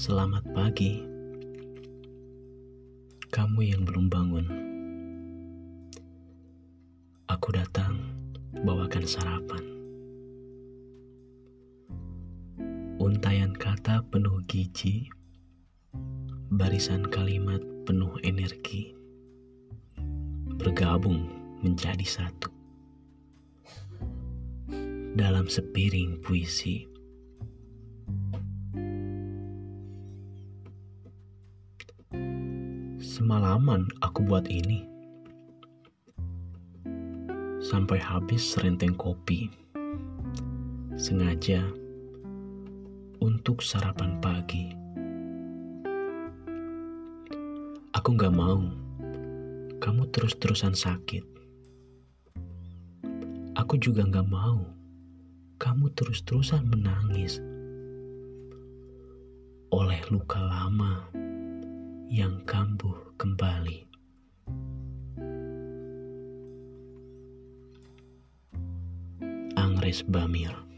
Selamat pagi, kamu yang belum bangun. Aku datang bawakan sarapan. Untaian kata penuh gizi, barisan kalimat penuh energi, bergabung menjadi satu. Dalam sepiring puisi, semalaman aku buat ini, sampai habis serenteng kopi, sengaja untuk sarapan pagi. Aku gak mau kamu terus-terusan sakit. Aku juga gak mau kamu terus-terusan menangis oleh luka lama yang kambuh kembali. Angres Bamir.